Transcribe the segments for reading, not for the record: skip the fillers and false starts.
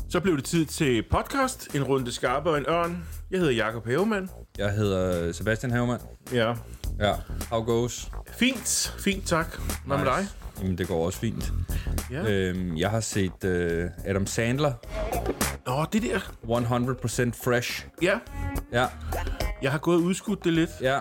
Så blev det tid til podcast, en runde skarpe og en ørn. Jeg hedder Jakob Havemann. Jeg hedder Sebastian Havemann. Ja. Ja, how goes? Fint tak. Hvad med dig? Jamen, det går også fint. Ja. Jeg har set Adam Sandler. Det der. 100% fresh. Ja. Ja. Jeg har gået og udskudt det lidt. Ja.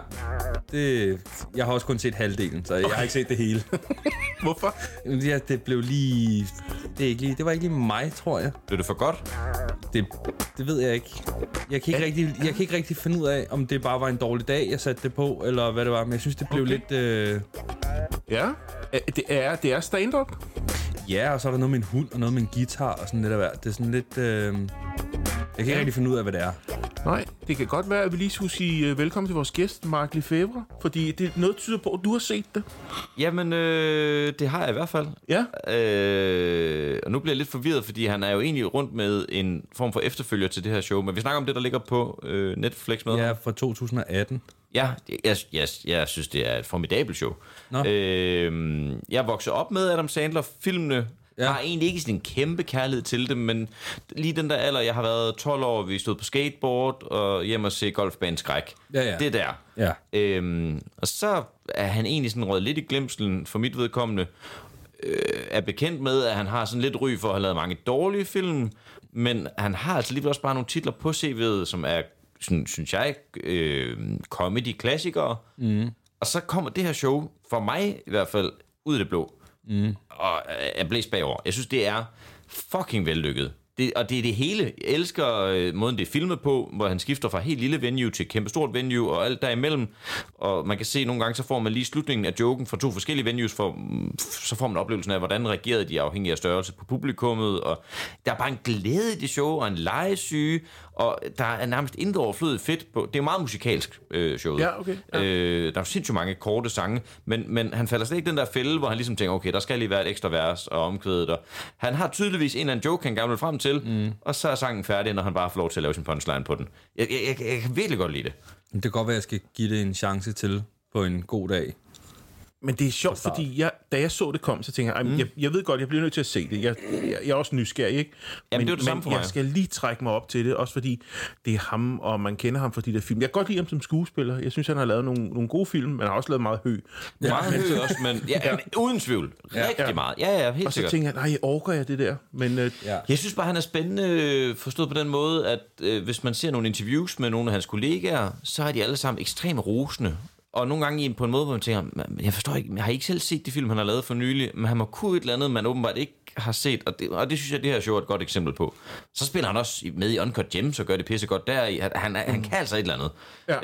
Jeg har også kun set halvdelen, så jeg har ikke set det hele. Hvorfor? Ja, det blev lige... Det var ikke lige mig, tror jeg. Blev det for godt? Det ved jeg ikke. Jeg kan ikke rigtig finde ud af, om det bare var en dårlig dag, jeg satte det på, eller hvad det var. Men jeg synes, det blev lidt... Ja. Det er stand-up? Ja, og så er der noget med en hund, og noget med en guitar, og sådan lidt af hvert. Det er sådan lidt... Jeg kan ikke rigtig finde ud af, hvad det er. Nej, det kan godt være, at vi lige skulle sige velkommen til vores gæst, Mark Lefebvre. Fordi det noget tyder på, at du har set det. Jamen, det har jeg i hvert fald. Ja. Og nu bliver jeg lidt forvirret, fordi han er jo egentlig rundt med en form for efterfølger til det her show. Men vi snakker om det, der ligger på Netflix med. Ja, fra 2018. Ja, jeg synes, det er et formidabelt show. Jeg voksede op med Adam Sandler-filmene. Jeg har egentlig ikke sådan en kæmpe kærlighed til det, men lige den der alder, jeg har været 12 år, vi stod på skateboard og hjem og se golfbaneskræk. Ja. Det der. Ja. Og så er han egentlig sådan røget lidt i glemslen for mit vedkommende. Er bekendt med, at han har sådan lidt ry for at have lavet mange dårlige film, men han har altså lige også bare nogle titler på CV'et, som er, synes jeg, comedy-klassikere. Mm. Og så kommer det her show, for mig i hvert fald, ud af det blå. Og er blæst bagover. Jeg synes, det er fucking vellykket. Og det er det hele. Jeg elsker måden, det er filmet på, hvor han skifter fra helt lille venue til kæmpestort venue, og alt derimellem. Og man kan se, nogle gange, så får man lige slutningen af joken fra 2 forskellige venues, så får man oplevelsen af, hvordan reagerede de afhængig af størrelse på publikummet. Og der er bare en glæde i det show, og en legesyge, og der er nærmest intet overflødigt fedt på. Det er meget musikalsk, showet. Ja, okay. Ja. Der er sindssygt mange korte sange, men han falder slet ikke den der fælde, hvor han ligesom tænker, okay, der skal lige være et ekstra vers og omkvædet. Og han har tydeligvis en eller anden joke, han gerne vil frem til, og så er sangen færdig, når han bare får lov til at lave sin punchline på den. Jeg kan virkelig godt lide det. Det kan godt være, at jeg skal give det en chance til på en god dag. Men det er sjovt, fordi da jeg så det kom, så tænker jeg ved godt, jeg bliver nødt til at se det. Jeg er også nysgerrig, ikke? Jamen, det er det samme for mig. Jeg skal lige trække mig op til det, også fordi det er ham, og man kender ham fra de der film. Jeg kan godt lide ham som skuespiller. Jeg synes, han har lavet nogle gode film, men han har også lavet meget hø. Meget hø også, men uden tvivl. Rigtig meget. Ja, helt og så sikkert. tænker jeg, nej, orker jeg det der? Men, Jeg synes bare, han er spændende forstået på den måde, at hvis man ser nogle interviews med nogle af hans kollegaer, så er de alle sammen ekstremt rosende. Og nogle gange på en måde, hvor man tænker, jeg forstår ikke, jeg har ikke selv set de film, han har lavet for nylig, men han må kunne et eller andet, man åbenbart ikke har set, og det synes jeg, det her show er et godt eksempel på. Så spiller han også med i Uncut Gems og gør det pissegodt deri. Han kan altså et eller andet. Ja.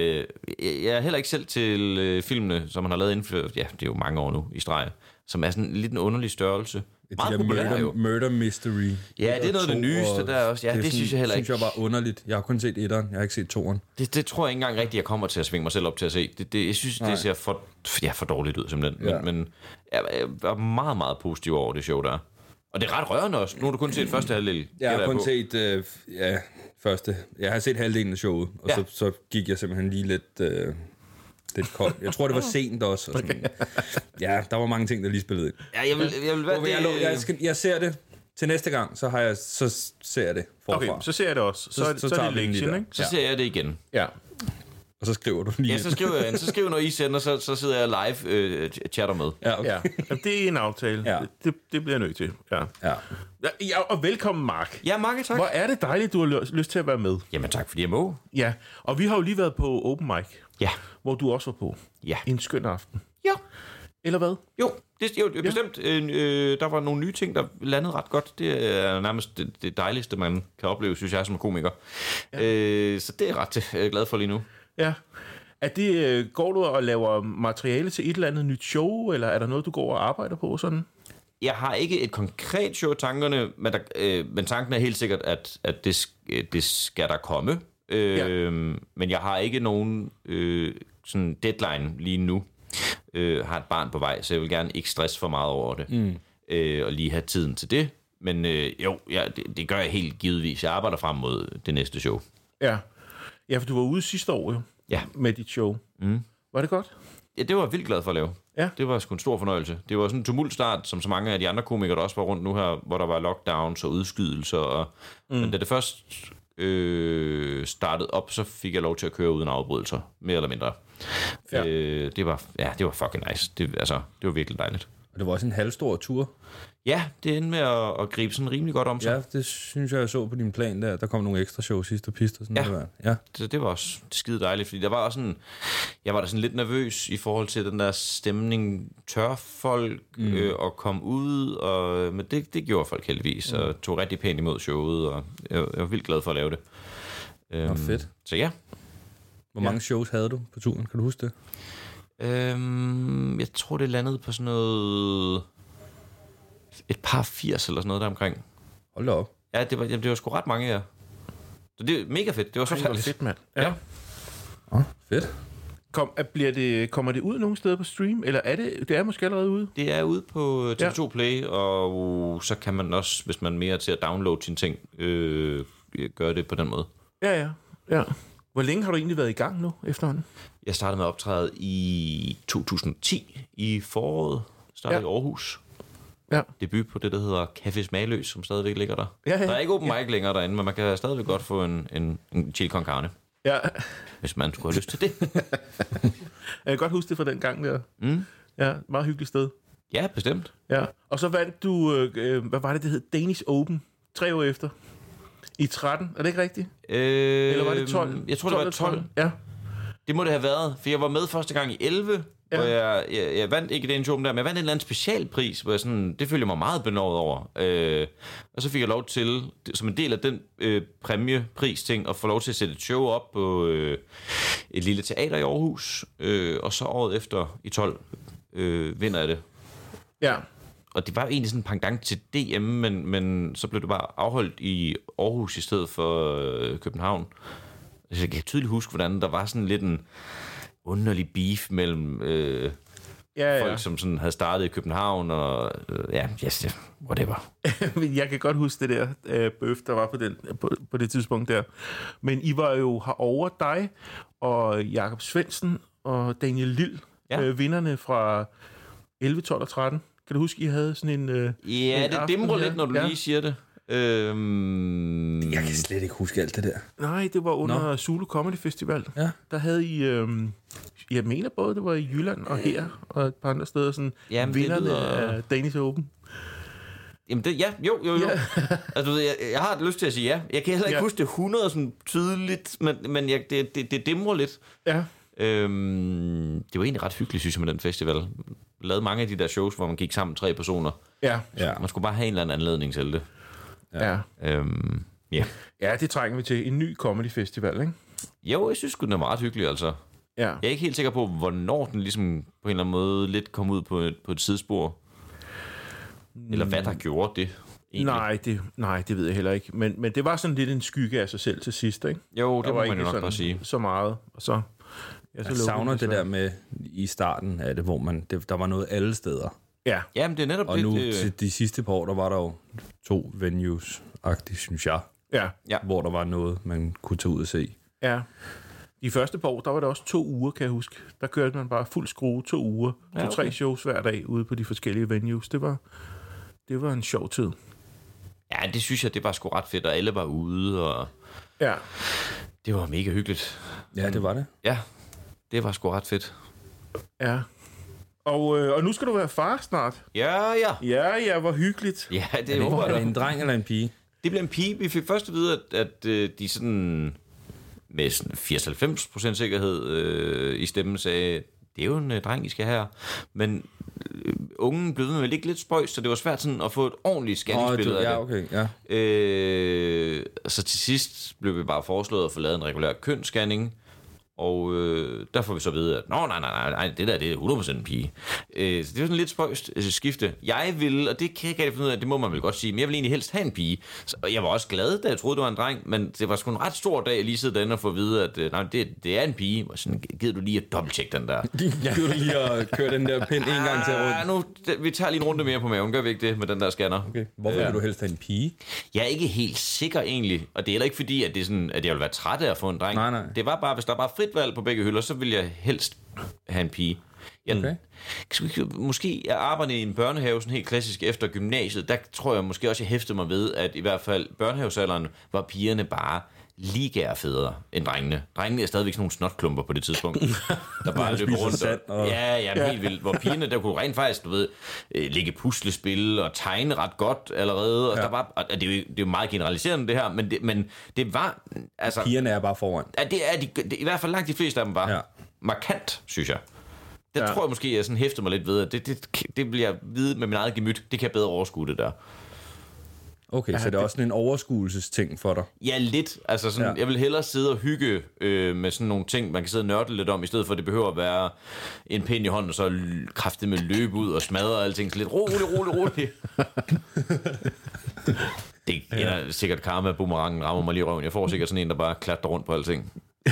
Jeg er heller ikke selv til filmene, som han har lavet inden for, det er jo mange år nu i streg, som er sådan lidt en underlig størrelse. Meget populær, murder Mystery. Ja, det er noget af det nyeste der også. Ja, det synes jeg heller ikke. Det synes jeg var underligt. Jeg har kun set 1'eren, jeg har ikke set 2'eren. Det tror jeg ikke engang rigtigt, jeg kommer til at svinge mig selv op til at se. Jeg synes, det ser for dårligt ud simpelthen. Ja. Men jeg var meget, meget positiv over det show der. Og det er ret rørende også. Nu har du kun set første halvdel. Jeg har kun set første. Jeg har set halvdelen af showet, og så gik jeg simpelthen lige lidt koldt. Jeg tror, det var sent også. Og sådan. Ja, der var mange ting, der lige spillede ind. Ja, jeg vil være jeg ser det til næste gang, så ser jeg det forfra. Okay, så ser jeg det også. Så er det lektion, ikke? Så ser jeg det igen. Ja. Og så skriver du lige. Ja, så skriver jeg ind. Så skriver, når I sender, så sidder jeg live chatter med. Ja, okay. Ja. Det er en aftale. Ja. Det bliver jeg nødt til. Ja, og velkommen, Mark. Ja, mange tak. Hvor er det dejligt, du har lyst til at være med. Jamen tak, fordi jeg må. Ja, og vi har jo lige været på Open Mic. Ja. Hvor du også var på. Ja. En skøn aften. Ja. Eller hvad? Jo, bestemt. Der var nogle nye ting, der landede ret godt. Det er nærmest det dejligste, man kan opleve, synes jeg, som komiker. Ja. Så det er ret glad for lige nu. Ja. Er det, går du og laver materiale til et eller andet nyt show, eller er der noget, du går og arbejder på sådan? Jeg har ikke et konkret show i tankerne, men tanken er helt sikkert, at det skal der komme. Men jeg har ikke nogen sådan deadline lige nu. Har et barn på vej, så jeg vil gerne ikke stresse for meget over det. Og lige have tiden til det. Men det gør jeg helt givetvis. Jeg arbejder frem mod det næste show. Ja, for du var ude sidste år jo. Ja. Med dit show. Var det godt? Ja, det var jeg vildt glad for at lave. Ja. Det var sgu en stor fornøjelse. Det var sådan en tumultstart, som så mange af de andre komikere, der også var rundt nu her, hvor der var lockdowns og udskydelser. Og, men da det først startede op, så fik jeg lov til at køre uden afbrydelser, mere eller mindre. Ja. Det var fucking nice. Det var virkelig dejligt. Og det var også en halvstor tur. Ja, det endte med at gribe sådan rimelig godt om sig. Ja, det synes jeg så på din plan der. Der kom nogle ekstra shows sidst og pister. Sådan Ja. det var. Ja. Det var også skide dejligt, fordi der var også sådan, jeg var da sådan lidt nervøs i forhold til den der stemning, tør folk at komme ud, men det gjorde folk heldigvis, og tog rigtig pænt imod showet, og jeg var vildt glad for at lave det. Fedt. Så ja. Hvor mange shows havde du på turen? Kan du huske det? Jeg tror, det landede på sådan noget et par 80 eller sådan noget der omkring. Hold da op. Ja, det var sgu ret mange, ja. Så det er mega fedt. Det var så Det var fedt. fedt, mand. Ja. Fedt. Kommer det ud nogen steder på stream, eller er det er måske allerede ude? Det er ude på TV2 Play, og så kan man også, hvis man mere er til at downloade sine ting, gøre det på den måde. Ja. Hvor længe har du egentlig været i gang nu efterhånden? Jeg startede med at optræde i 2010 i foråret. Startede i Aarhus. Ja. Debut på det, der hedder Café Smagløs, som stadigvæk ligger der. Ja. Der er ikke open mic længere derinde, men man kan stadigvæk godt få en chili con carne, Ja. hvis man skulle have lyst til det. Jeg kan godt huske det fra den gang der. Ja, meget hyggeligt sted. Ja, bestemt. Ja. Og så vandt du, hvad var det hed? Danish Open, 3 år efter. I 13, er det ikke rigtigt? Eller var det 12? Jeg tror, det var 12. Ja. Det må det have været, for jeg var med første gang i 11, hvor jeg vandt ikke den show der, men jeg vandt en eller anden specialpris, hvor jeg sådan, det følte jeg mig meget benådet over. Og så fik jeg lov til, som en del af den præmiepris-ting, at få lov til at sætte et show op på et lille teater i Aarhus, og så året efter i 12 vinder jeg det. Ja. Og det var jo egentlig sådan en pendant til DM, men så blev det bare afholdt i Aarhus i stedet for København. Så jeg kan tydeligt huske, hvordan der var sådan lidt en underlig beef mellem folk, som sådan havde startet i København, og whatever. Jeg kan godt huske det der bøf, der var på det tidspunkt der. Men I var jo herovre, dig og Jakob Svendsen og Daniel Lill, vinderne fra 11, 12 og 13. Kan du huske, I havde sådan en det dimrer lidt, når du lige siger det. Jeg kan slet ikke huske alt det der. Nej, det var under Zulu Comedy Festival. Ja. Der havde I, jeg mener både, det var i Jylland og her, og et par andre steder, sådan vinderne af Danish Open. Jamen, jo. Ja. Altså, jeg har lyst til at sige ja. Jeg kan heller ikke huske det 100 sådan tydeligt, men det dimrer lidt. Ja. Det var egentlig ret hyggeligt, synes jeg, med den festival. Jeg lavede mange af de der shows, hvor man gik sammen 3 personer. Ja. Man skulle bare have en eller anden anledning til det. Ja. Ja, det trænger vi til. En ny comedy festival, ikke? Jo, jeg synes den er meget hyggelig, altså. Ja. Jeg er ikke helt sikker på, hvornår den ligesom på en eller anden måde lidt kom ud på et sidespor. Eller hvad der gjorde det, egentlig. Nej, det ved jeg heller ikke. Men det var sådan lidt en skygge af sig selv til sidst, ikke? Jo, det må man jo nok bare sige. Så meget, og så... Jeg savner det der med i starten af det, hvor der var noget alle steder. Ja. Jamen, det er netop og det. Og nu til de sidste par år, der var der jo 2 venues-agtigt, synes jeg. Ja. Hvor der var noget, man kunne tage ud og se. Ja. De første par år, der var det også 2 uger, kan jeg huske. Der kørte man bare fuld skrue 2 uger. 2-3 shows hver dag ude på de forskellige venues. Det var en sjov tid. Ja, det synes jeg, det var sgu ret fedt, og alle var ude, og... Ja. Det var mega hyggeligt. Ja, det var det. Ja, det var sgu ret fedt. Ja. Og nu skal du være far snart. Ja, hvor hyggeligt. Ja, det håber jeg. Er det en dreng eller en pige? Det blev en pige. Vi fik først at vide, at de sådan med 80-90% sikkerhed i stemmen sagde, det er jo en dreng, I skal have. Men ungen blev vel ikke lidt spøjs, så det var svært sådan at få et ordentligt scanningsbillede af det. Okay. Så til sidst blev vi bare foreslået at få lavet en regulær kønsscanning. Og der får vi så vide, at nej, det der, det er 100% en pige. Så det er sådan lidt spøjst skifte. Jeg vil, og det kan jeg ikke finde ud af, det må man vel godt sige, men jeg vil egentlig helst have en pige. Og jeg var også glad, da jeg troede, det var en dreng, men det var sgu en ret stor dag at lige sidde derinde og få at vide, at det er en pige. Og sådan, gider du lige at dobbelttjekke den der? Gider du lige at køre den der pind en gang til rundt? Vi tager lige en runde mere på maven, gør vi ikke det med den der scanner? Okay. Hvorfor vil du helst have en pige? Jeg er ikke helt sikker egentlig, og det er heller ikke fordi, at det er sådan, at jeg vil være træt af at få en dreng. Nej. Det var bare, hvis der var frit valg på begge hylder, så ville jeg helst have en pige. Okay. Måske er arbejdet i en børnehave sådan helt klassisk efter gymnasiet. Der tror jeg måske også, jeg hæftede mig ved, at i hvert fald børnehavesalderen var pigerne bare ligaer federe end drengene. Drengene er stadigvæk sådan nogle snotklumper på det tidspunkt, der bare løber rundt. Ja, helt vildt. Hvor pigerne, der kunne rent faktisk, du ved, lægge puslespil og tegne ret godt allerede. Og der var, og det er jo meget generaliserende det her, men det var... Altså, pigerne er bare foran. Ja, det er i hvert fald langt de fleste af dem var markant, synes jeg. Der tror jeg måske, jeg sådan hæfter mig lidt ved, at det vil jeg vide med min eget gemyt. Det kan jeg bedre overskue det der. Okay, så det er også sådan en overskuelsesting for dig? Ja, lidt. Altså sådan, jeg vil hellere sidde og hygge med sådan nogle ting, man kan sidde og nørde lidt om, i stedet for, at det behøver at være en pind i hånden, og så kraftigt med løbe ud og smadre og alting. Så lidt rolig. Det er sikkert karma, boomerangen rammer mig lige i røven. Jeg får sikkert sådan en, der bare klatrer rundt på alting.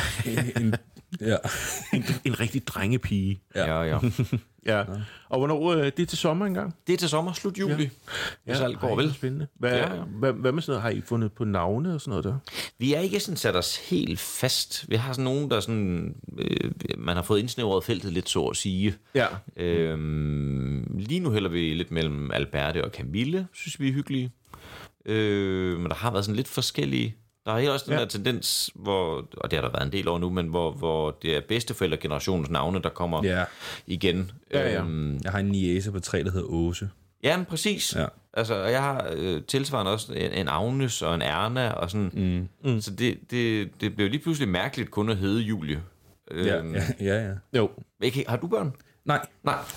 En rigtig drengepige. Ja. Og hvornår det er til sommer engang? Det er til sommer, slut juli. Hvis alt går vel. Spændende. Hvad med sådan noget? Har I fundet på navne og sådan noget der? Vi er ikke sådan sat os helt fast. Vi har sådan nogen, der sådan... man har fået indsnævret feltet lidt, så at sige. Ja. Lige nu hælder vi lidt mellem Alberte og Camille, synes vi er hyggelige. Men der har været sådan lidt forskellige... Der er helt også den der tendens, hvor, og det har der været en del over nu, men hvor det er bedsteforældregenerationens navne, der kommer igen. Jeg har en niece på 3, der hedder Åse. Ja, men præcis. Ja. Altså, jeg har tilsvarende også en Agnes og en Erna og sådan. Så det blev lige pludselig mærkeligt kun at hedde Julie. Ja. Jo. Har du børn? Nej.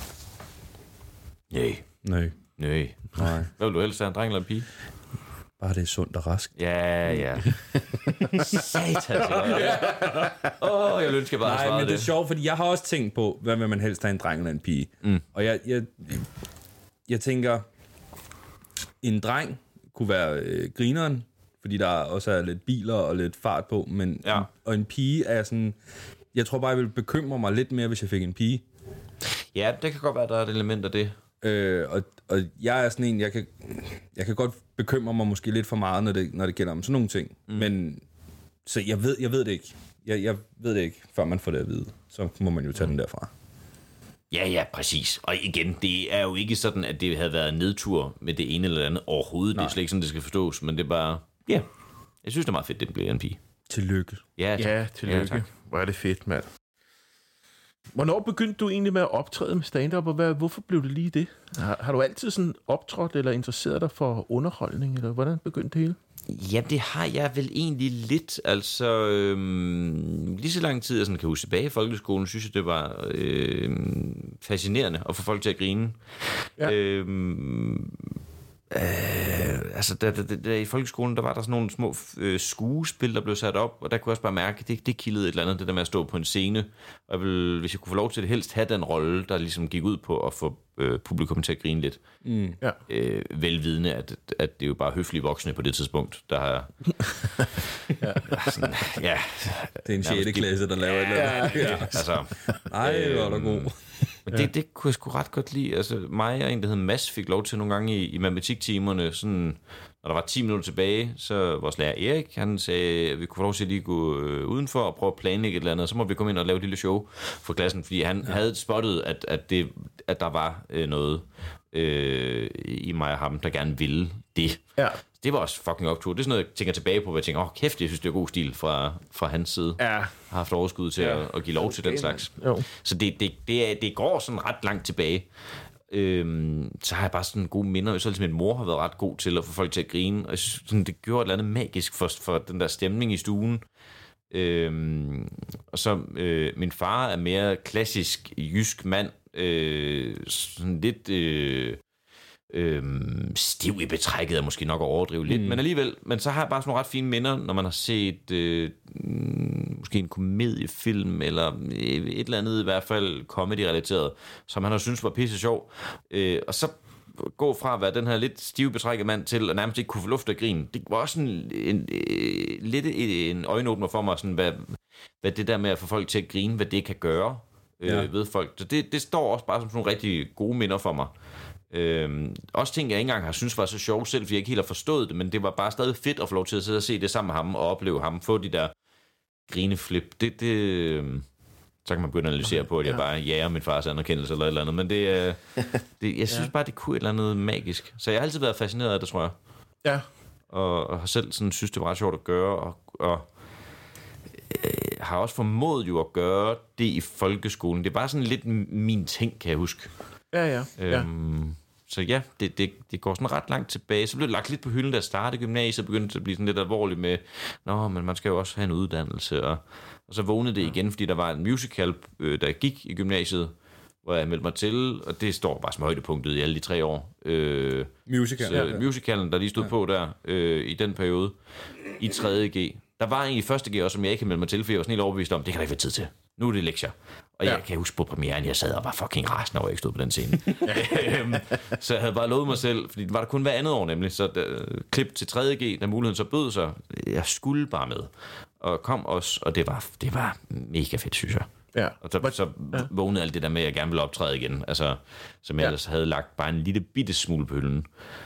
Nej. Hvad vil du helst have, en dreng eller en pige? Bare det er sundt og rask. Ja. Satan. Jeg ønsker bare at svare det. Nej, men det er sjovt, fordi jeg har også tænkt på, hvad vil man helst have, en dreng eller en pige. Og jeg tænker, en dreng kunne være grineren, fordi der også er lidt biler og lidt fart på, men og en pige er sådan... Jeg tror bare, jeg ville bekymre mig lidt mere, hvis jeg fik en pige. Ja, det kan godt være, der er et element af det. Og jeg er sådan en, jeg kan godt bekymre mig måske lidt for meget, når det gælder om sådan nogle ting. Men så jeg ved det ikke. Jeg ved det ikke, før man får det at vide. Så må man jo tage den derfra. Ja, præcis. Og igen, det er jo ikke sådan, at det havde været en nedtur med det ene eller andet overhovedet. Nej. Det er slet ikke sådan, det skal forstås. Men det er bare, jeg synes, det er meget fedt, det bliver en pige. Tillykke. Ja, tillykke. Ja, hvor er det fedt, mand. Hvornår begyndte du egentlig med at optræde med stand-up, og hvorfor blev det lige det? Har du altid sådan optrådt eller interesseret dig for underholdning, eller hvordan begyndte det hele? Ja, det har jeg vel egentlig lidt. Altså, lige så lang tid, jeg sådan kan huske tilbage i folkeskolen, synes jeg, det var fascinerende at få folk til at grine. Ja. Altså, der i folkeskolen, der var der sådan nogle små skuespil, der blev sat op, og der kunne jeg også bare mærke, at det kildede et eller andet, det der med at stå på en scene. Og hvis jeg kunne få lov til det, helst have den rolle, der ligesom gik ud på at få publikum til at grine lidt. Velvidende, at det er jo bare høflige voksne på det tidspunkt, der har... Det er en 6. klasse, der laver et eller andet. Altså, ej, hvor er der god. Men det kunne jeg sgu ret godt lide. Altså, mig og en, der hed Mads, fik lov til nogle gange i matematiktimerne, sådan, når der var 10 minutter tilbage, så vores lærer Erik, han sagde, at vi kunne få lov til at lige gå udenfor og prøve at planlægge et eller andet, og så må vi komme ind og lave et lille show for klassen, fordi han havde spottet, at der var noget i mig og ham, der gerne ville det. Ja. Det var også fucking optur. Det er sådan noget, jeg tænker tilbage på, hvor jeg tænker, kæft, jeg synes, det er god stil fra hans side. Ja. Har haft overskud til at give lov til den slags. Jo. Så det går sådan ret langt tilbage. Så har jeg bare sådan gode minder. Så min mor har været ret god til at få folk til at grine. Og jeg synes, sådan, det gjorde et eller andet magisk for den der stemning i stuen. Og så min far er mere klassisk jysk mand. Sådan lidt... stiv i betrækket er måske nok at overdrive lidt, men alligevel, men så har jeg bare sådan nogle ret fine minder, når man har set måske en komediefilm eller et eller andet i hvert fald comedy-relateret, som han har syntes var pisse sjov, og så gå fra at være den her lidt stive betrækket mand til at nærmest ikke kunne få luft og grine. Det var også lidt en øjenåbner for mig, sådan, hvad det der med at få folk til at grine, hvad det kan gøre ved folk. Så det står også bare som sådan nogle rigtig gode minder for mig. Også ting, jeg ikke engang har synes var så sjovt selv, fordi jeg ikke helt har forstået det, men det var bare stadig fedt at få lov til at sidde og se det sammen med ham og opleve ham få de der grineflip. Så kan man begynde at analysere på, at jeg bare jager min fars anerkendelse eller et eller andet. Men jeg synes bare, det kunne et eller andet magisk. Så jeg har altid været fascineret af det, tror jeg. Ja. Og har selv sådan, synes, det var ret sjovt at gøre. Og har også formået jo at gøre det i folkeskolen. Det er bare sådan lidt min ting, kan jeg huske. Ja. Så ja, det går sådan ret langt tilbage. Så blev det lagt lidt på hylden, da jeg startede gymnasiet, og begyndte at blive sådan lidt alvorligt med, men man skal jo også have en uddannelse. Og så vågnede det igen, fordi der var en musical, der gik i gymnasiet, hvor jeg meldte mig til, og det står bare som højdepunktet i alle de 3 år. Musicalen, der lige stod på der, i den periode, i 3.G. Der var en i 1.G også, som jeg ikke havde meldt mig til, for jeg var sådan helt overbevist om, det kan der ikke være tid til. Nu er det lektier. Og jeg kan huske på premieren, jeg sad og var fucking rasende over, at jeg ikke stod på den scene. Så jeg havde bare lovet mig selv, fordi det var der kun hver andet år nemlig, så klip til 3.G, da muligheden så bød sig, jeg skulle bare med. Og kom også, og det var mega fedt, synes jeg. Ja. Og så vågnede alt det der med, at jeg gerne ville optræde igen, altså, som jeg ellers havde lagt bare en lille bitte smule på hylden.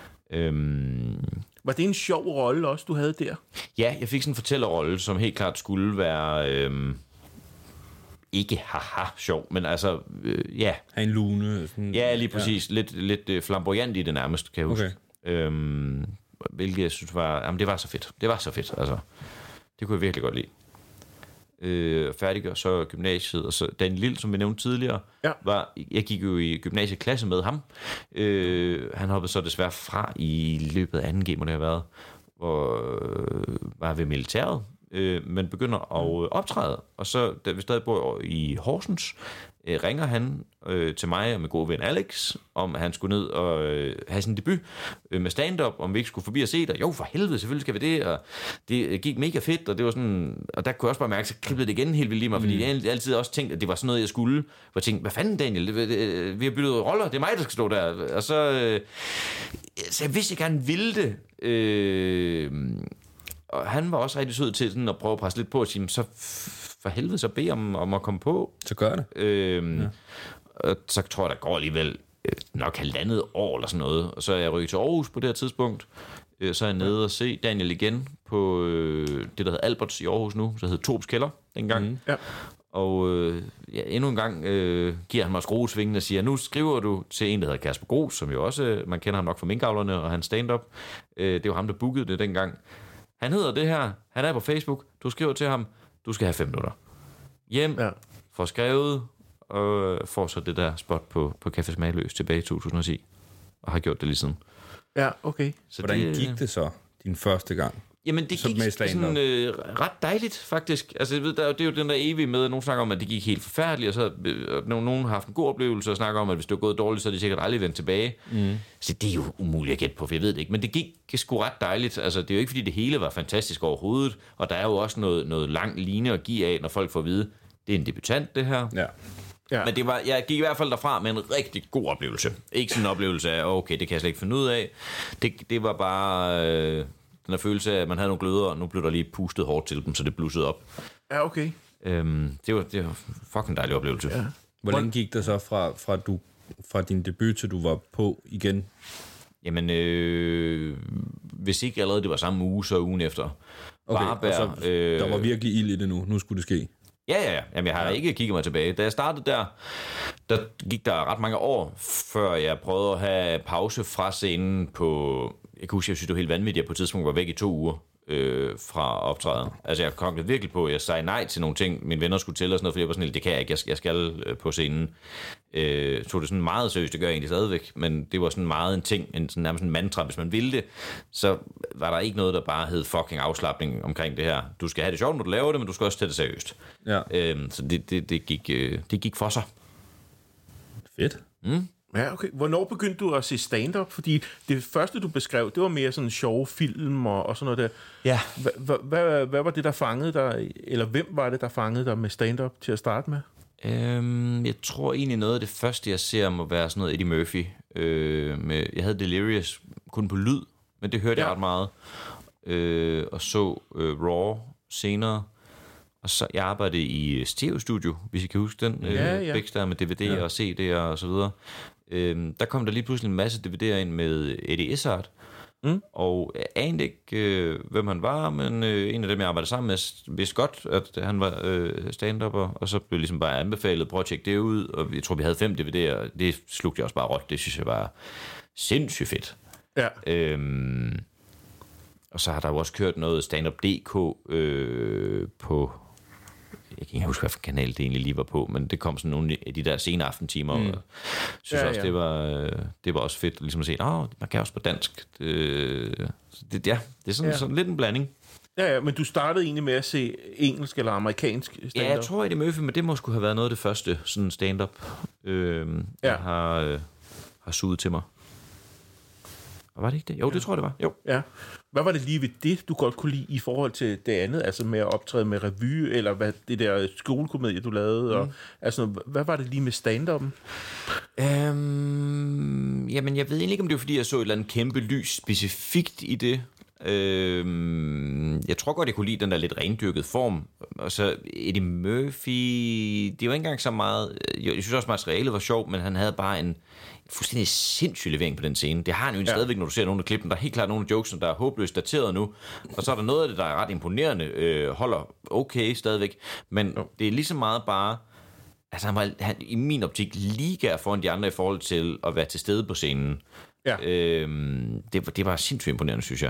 Var det en sjov rolle også, du havde der? Ja, jeg fik sådan en fortællerrolle, som helt klart skulle være... ikke sjov, men altså, ja. Ha' en lune. Sådan, ja, lige præcis. Ja. Lidt flamboyant i det nærmest, kan jeg huske. Okay. Hvilket jeg synes var... Jamen, det var så fedt. Det var så fedt, altså. Det kunne jeg virkelig godt lide. Færdiggør så gymnasiet, og så Daniel Lille, som vi nævnte tidligere, jeg gik jo i gymnasieklasse med ham. Han hoppede så desværre fra i løbet af 2.G, må det have været, hvor var ved militæret, men begynder at optræde. Og så, da vi stadig bor i Horsens, ringer han til mig og min gode ven Alex, om at han skulle ned og have sin debut med stand-up, om vi ikke skulle forbi og se det. Jo, for helvede, selvfølgelig skal vi det, og det gik mega fedt, og det var sådan, og der kunne jeg også bare mærke, så klippede det igen helt vildt i mig, fordi jeg altid også tænkte, at det var sådan noget, jeg skulle, hvor jeg tænkte, hvad fanden Daniel, vi har byttet roller, det er mig, der skal stå der, og så jeg vidste, jeg gerne ville det, og han var også rigtig sød til sådan at prøve at presse lidt på, og sige, så for helvede, så bed om at komme på. Så gør det. Og så tror jeg, der går alligevel nok 1,5 år eller sådan noget. Og så er jeg rykket til Aarhus på det her tidspunkt. Så er jeg nede og se Daniel igen på det, der hedder Alberts i Aarhus nu. Så hed Tobs Kælder dengang. Ja. Og endnu en gang giver han mig skruesvingen og siger, nu skriver du til en, der hedder Kasper Gros, som jo også, man kender ham nok fra Minkavlerne og hans stand-up. Det var ham, der bookede det dengang. Han hedder det her. Han er på Facebook. Du skriver til ham, du skal have 5 minutter. Hjem, får skrevet, og får så det der spot på Café Smagløs tilbage i 2010. Og har gjort det lige siden. Ja, okay. Så hvordan gik det så, din første gang? Jamen, det gik sådan ret dejligt, faktisk. Altså, jeg ved, det er jo den der evige med, at nogen snakker om, at det gik helt forfærdeligt, og så nogen har haft en god oplevelse, og snakker om, at hvis det var gået dårligt, så er de sikkert aldrig vendt tilbage. Så det er jo umuligt at gætte på, for jeg ved det ikke. Men det gik sgu ret dejligt. Altså, det er jo ikke, fordi det hele var fantastisk overhovedet, og der er jo også noget lang line at give af, når folk får at vide, det er en debutant, det her. Ja. Men jeg gik i hvert fald derfra med en rigtig god oplevelse. Ikke sådan en oplevelse af, okay, det kan jeg slet ikke finde ud af. Det var bare... den der følelse af, at man havde nogle gløder, og nu blev der lige pustet hårdt til dem, så det blussede op. Ja, okay. Det var fucking dejlig oplevelse. Ja. Hvor længe gik det så fra din debut, til du var på igen? Jamen, hvis ikke allerede det var samme uge, så ugen efter. Okay, Varberg, så der var virkelig ild i det nu. Nu skulle det ske. Ja. Jamen, jeg har ikke kigget mig tilbage. Da jeg startede der gik der ret mange år, før jeg prøvede at have pause fra scenen på... Jeg kan huske, jeg synes, det var helt vanvittigt, at jeg på et tidspunkt var væk i 2 uger fra optræden. Altså, jeg konklede virkelig på, at jeg sagde nej til nogle ting, mine venner skulle til og sådan noget, fordi jeg var sådan, det kan jeg ikke, jeg skal på scenen. Tog det sådan meget seriøst, det gør jeg egentlig stadigvæk, men det var sådan meget en ting, nærmest en mantra, hvis man ville det, så var der ikke noget, der bare hed fucking afslapning omkring det her. Du skal have det sjovt, når du laver det, men du skal også tage det seriøst. Ja. Så det gik for sig. Fedt. Ja, okay. Hvornår begyndte du at se stand-up? Fordi det første, du beskrev, det var mere sådan sjove film og sådan noget der. Ja. Hvad var det, der fangede dig? Eller hvem var det, der fangede dig med stand-up til at starte med? Jeg tror egentlig noget af det første, jeg ser, må være sådan noget Eddie Murphy. Jeg havde Delirious kun på lyd, men det hørte jeg ret meget. Og så Raw senere. Og så jeg arbejdede i Stereo Studio, hvis I kan huske den. Begge der med DVD'er og CD'er og så videre. Der kom der lige pludselig en masse DVD'er ind med Eddie Izzard. Og jeg anede ikke, hvem han var, men en af dem, jeg arbejdede sammen med, vidste godt, at han var stand-upper, og så blev ligesom bare anbefalet, prøv at tjekke det ud, og jeg tror, vi havde 5 DVD'er, det slugte jeg også bare råt, det synes jeg var sindssygt fedt. Ja. Og så har der jo også kørt noget stand-up.dk på... Jeg kan ikke huske, hvilken kanal det egentlig lige var på, men det kom sådan nogle af de der sene aftentimer, og jeg synes også, det var også fedt, ligesom at se, man kan også på dansk. Det er sådan lidt en blanding. Ja, men du startede egentlig med at se engelsk eller amerikansk stand-up? Ja, jeg tror, Eddie Murphy, men det må skulle have været noget af det første sådan stand-up, jeg har suget til mig. Og var det ikke det? Jo, det tror jeg, det var. Jo. Ja. Hvad var det lige ved det, du godt kunne lide i forhold til det andet? Altså med at optræde med revy, eller hvad, det der skolekomedie, du lavede? Og, altså, hvad var det lige med stand-up'en? Jamen, jeg ved egentlig ikke, om det var, fordi jeg så et eller andet kæmpe lys specifikt i det. Jeg tror godt, jeg kunne lide den der lidt rendyrkede form. Og så Eddie Murphy, det var ikke engang så meget... Jeg synes også, materialet var sjovt, men han havde bare en fuldstændig sindssyg levering på den scene. Det har han jo stadigvæk, når du ser nogle af klippen. Der er helt klart nogle af jokesene, der er håbløst dateret nu. Og så er der noget af det, der er ret imponerende, holder okay stadigvæk. Men det er lige så meget bare... Altså han i min optik ligegar foran de andre i forhold til at være til stede på scenen. Ja. Det var sindssygt imponerende, synes jeg.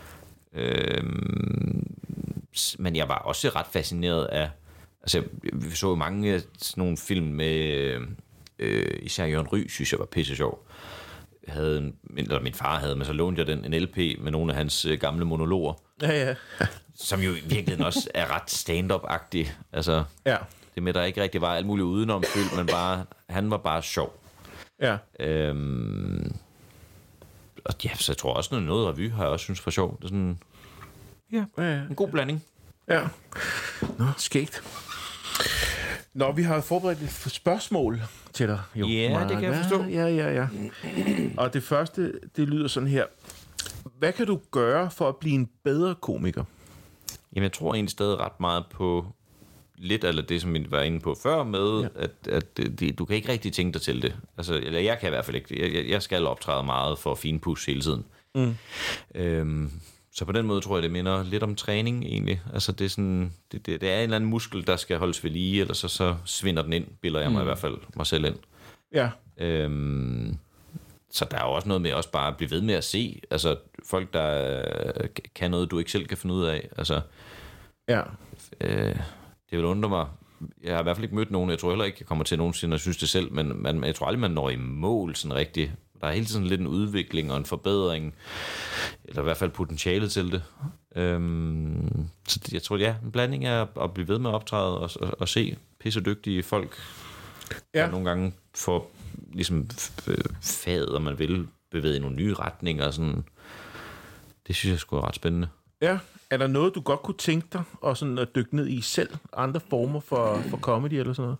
Men jeg var også ret fascineret af... Altså, vi så jo mange af sådan nogle film med... især Jørgen Ry, synes jeg var pisse sjov. Min far havde, men så lånte jeg en LP med nogle af hans gamle monologer. Ja. Som jo i virkeligheden også er ret stand-up-agtig. Altså, det med, der ikke rigtig var alt muligt udenomfyldt, men bare, han var bare sjov. Ja. Og ja, så jeg tror også, noget revy har jeg også synes var sjov. Det er sådan, en god blanding. Ja. Nå, skægt. Nå, vi har forberedt et spørgsmål til dig. Jo, ja, det kan jeg forstå. Ja. Og det første, det lyder sådan her. Hvad kan du gøre for at blive en bedre komiker? Jamen, jeg tror egentlig stadig ret meget på lidt af det, som vi var inde på før med, at du kan ikke rigtig tænke dig til det. Altså, eller jeg kan i hvert fald ikke. Jeg skal optræde meget for at finpudse hele tiden. Så på den måde tror jeg, det minder lidt om træning egentlig. Altså, det er sådan, det er en eller anden muskel, der skal holdes ved lige, eller så svinder den ind, bilder jeg mig i hvert fald mig selv ind. Ja. Så der er jo også noget med også bare at blive ved med at se. Altså, folk, der kan noget, du ikke selv kan finde ud af. Altså, det vil undre mig. Jeg har i hvert fald ikke mødt nogen. Jeg tror heller ikke, jeg kommer til nogensinde at synes det selv, men jeg tror aldrig, man når i mål sådan rigtigt. Der er hele tiden lidt en udvikling og en forbedring, eller i hvert fald potentialet til det. Så jeg tror, en blanding af at blive ved med at optræde og se pissedygtige folk, der nogle gange får ligesom faget, og man vil bevæge i nogle nye retninger. Og sådan. Det synes jeg sgu er ret spændende. Ja. Er der noget, du godt kunne tænke dig og sådan at dykke ned i selv? Andre former for comedy eller sådan noget?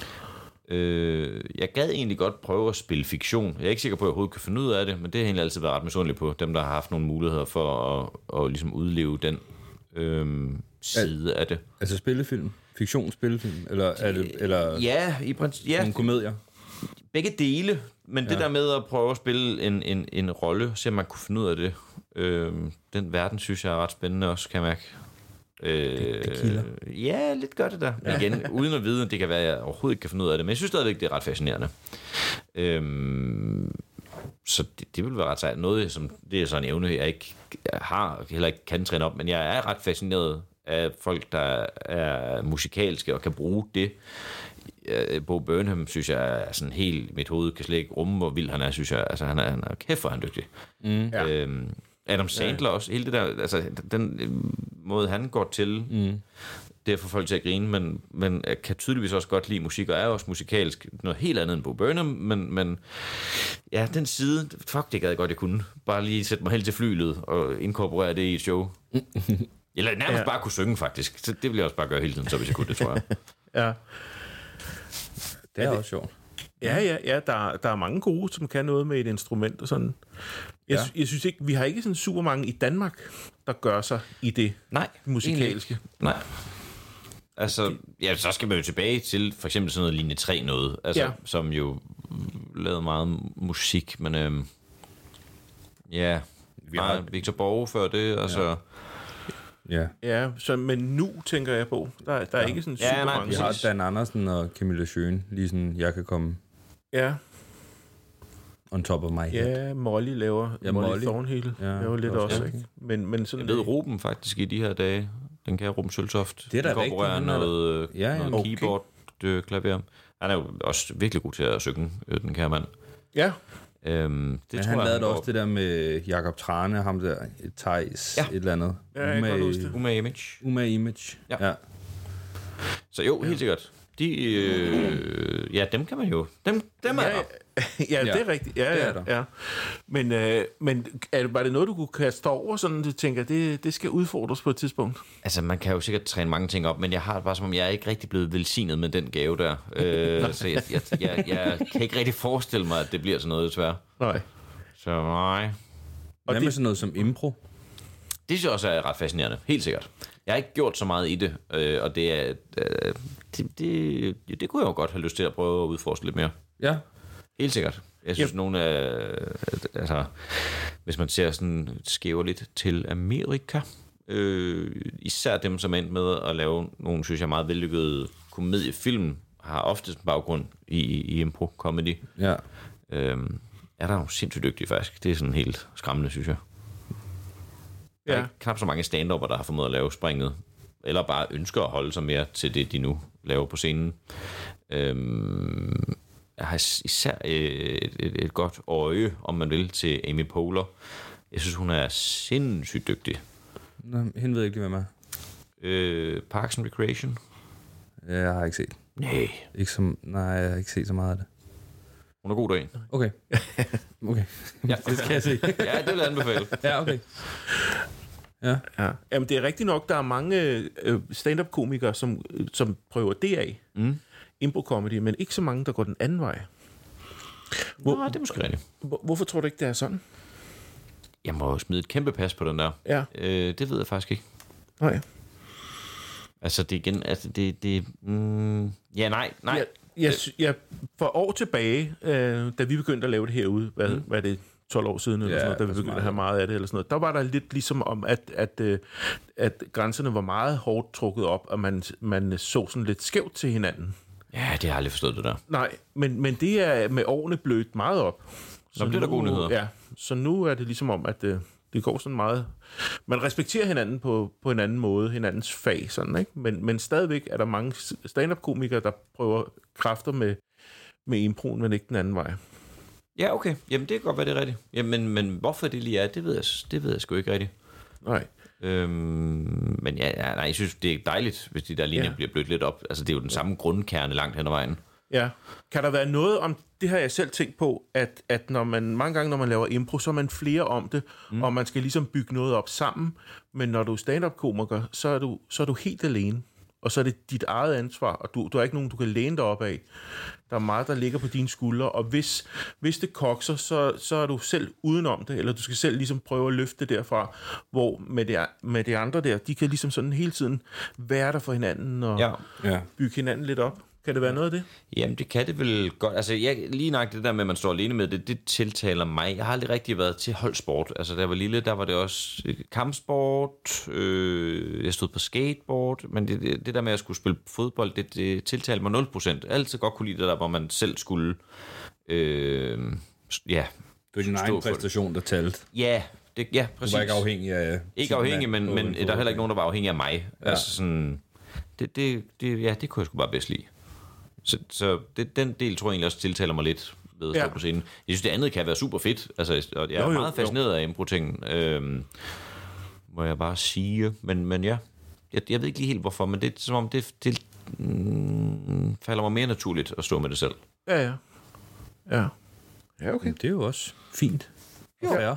Jeg gad egentlig godt prøve at spille fiktion. Jeg er ikke sikker på, at jeg overhovedet kan finde ud af det, men det har egentlig altid været ret misundelig på. Dem, der har haft nogle muligheder for at ligesom udleve den side af det. Altså spillefilm? Fiktionsspillefilm? Eller ja, i princippet. Ja, nogle komedier? Begge dele, men det der med at prøve at spille en rolle, så man kunne finde ud af det. Den verden, synes jeg er ret spændende også, kan jeg mærke. Det kilder. Ja, lidt gør det der. Men igen, uden at vide, det kan være, at jeg overhovedet ikke kan finde ud af det. Men jeg synes stadigvæk, det er ret fascinerende. Så det vil være ret sejt. Noget, som det er sådan en evne, jeg ikke har, heller ikke kan træne op. Men jeg er ret fascineret af folk, der er musikalske og kan bruge det. Bo Burnham, synes jeg, er sådan helt... Mit hoved kan slet ikke rumme, hvor vild han er, synes jeg. Altså, han er kæft, hvor han er dygtig. Adam Sandler også, hele det der, altså den måde han går til, det er at få folk til at grine, men kan tydeligvis også godt lide musik, og er også musikalsk, noget helt andet end Bo Burnham, men ja, den side, fuck, det gad jeg godt, jeg kunne. Bare lige sætte mig helt til flylet og inkorporere det i et show. Eller nærmest bare kunne synge, faktisk. Så det ville jeg også bare gøre hele tiden, så hvis jeg kunne, det tror jeg. Ja. Det er også sjovt. Ja, der er mange gode, som kan noget med et instrument og sådan. Jeg synes ikke, vi har ikke sådan super mange i Danmark, der gør sig i det musikalske. Nej. Altså, ja, så skal man jo tilbage til for eksempel sådan noget linje 3 noget, altså, som jo lavede meget musik, men Victor Borge før det, og så... Ja, men nu tænker jeg på, der er ikke sådan super mange. Vi har Dan Andersen og Camilla Schøen, lige sådan, jeg kan komme on top of my head. Ja, Molly laver, Molly Thornhill laver lidt også, ikke? Men sådan jeg ved Ruben faktisk i de her dage, den kan Ruben Søltoft. Det er da rigtigt. Noget keyboard, klaver. Han er jo også virkelig god til at synge, den kære mand. Ja. Men han lavede også det der med Jakob Trane, ham der, Theis, et eller andet. Ja, Uma Image. Ja. Så jo, helt sikkert. Dem kan man jo. Dem er der. Ja, det er rigtigt. Ja, det er der. Ja. Men var det noget, du kunne kaste over, sådan du tænker, det skal udfordres på et tidspunkt? Altså, man kan jo sikkert træne mange ting op, men jeg har det bare som om, jeg er ikke rigtig blevet velsignet med den gave der. Så jeg kan ikke rigtig forestille mig, at det bliver sådan noget, desværre. Nej. Så nej. Hvad med sådan noget som impro? Det synes jeg også er ret fascinerende, helt sikkert. Jeg har ikke gjort så meget i det, og det er... Det kunne jeg jo godt have lyst til at prøve at udforske lidt mere. Ja. Helt sikkert. Jeg synes, nogle af... Altså, hvis man ser sådan skæver lidt til Amerika, især dem, som er endt med at lave nogle, synes jeg, meget vellykkede komediefilm, har oftest en baggrund i impro-comedy. Ja. Er der nogle sindssygt dygtige, faktisk. Det er sådan helt skræmmende, synes jeg. Der er knap så mange stand-upper, der har formået at lave springet, eller bare ønsker at holde sig mere til det, de nu laver på scenen. Jeg har især et godt øje, om man vil, til Amy Poehler. Jeg synes, hun er sindssygt dygtig. Nå, hende ved ikke, hvem er. Parks and Recreation. Jeg har ikke set. Nej. Jeg har ikke set så meget af det. Hun er god derind. Okay. Ja. Det skal jeg se. Ja, det vil jeg anbefale. Ja, okay. Ja. Jamen, det er rigtigt nok, der er mange stand-up-komikere, som prøver det af. Impro-comedy, men ikke så mange, der går den anden vej. Nej, det er måske rigtigt. Hvorfor tror du ikke, det er sådan? Jeg må jo smide et kæmpe pas på den der. Ja. Det ved jeg faktisk ikke. Nej. Altså, det igen... Altså, nej. Jeg for år tilbage, da vi begyndte at lave det herude, hvad er det, 12 år siden, eller sådan noget, da vi begyndte at have meget af det, eller sådan noget, der var der lidt ligesom om, at grænserne var meget hårdt trukket op, og man så sådan lidt skævt til hinanden. Ja, det har jeg aldrig forstået, det der. Nej, men det er med årene blødt meget op. Så det er der gode nyheder. Ja, så nu er det ligesom om, at det går sådan meget... Man respekterer hinanden på en anden måde, hinandens fag, sådan, ikke? Men stadigvæk er der mange stand-up-komikere, der prøver kræfter med improen, men ikke den anden vej. Ja, okay. Jamen, det kan godt være, det er rigtigt. Jamen, men hvorfor det lige er, det ved jeg sgu ikke rigtigt. Nej. Men jeg synes, det er dejligt, hvis de der linjer bliver blødt lidt op. Altså, det er jo den samme grundkerne langt hen ad vejen. Ja. Kan der være noget om, det har jeg selv tænkt på, at mange gange, når man laver impro, så er man flere om det, og man skal ligesom bygge noget op sammen. Men når du er stand-up-komiker, så er du helt alene. Og så er det dit eget ansvar, og du er ikke nogen, du kan læne dig op af. Der er meget, der ligger på dine skuldre, og hvis det kokser, så er du selv udenom det, eller du skal selv ligesom prøve at løfte det derfra, hvor med de andre der, de kan ligesom sådan hele tiden være der for hinanden, og bygge hinanden lidt op. Kan det være noget af det? Jamen, det kan det vel godt. Altså, lige nok det der med, at man står alene med det tiltaler mig. Jeg har aldrig rigtig været til holdsport. Altså, da jeg var lille, der var det også kampsport. Jeg stod på skateboard. Men det der med, at jeg skulle spille fodbold, det tiltalte mig 0%. Jeg altid godt kunne lide det der, hvor man selv skulle... Det var din egen præstation, der talte. Ja, præcis. Du var ikke afhængig af... Ikke afhængig, men der er heller ikke nogen, der var afhængig af mig. Ja. Altså sådan... Det kunne jeg sgu bare bedst lide. Så den del tror jeg egentlig også tiltaler mig lidt ved at stå på scenen. Jeg synes, det andet kan være super fedt. Altså, og jeg er meget fascineret af impro-tingen, må jeg bare sige. Men ja, jeg ved ikke lige helt hvorfor, men det er som om, det falder mig mere naturligt at stå med det selv. Ja, okay. Det er jo også fint. Ja.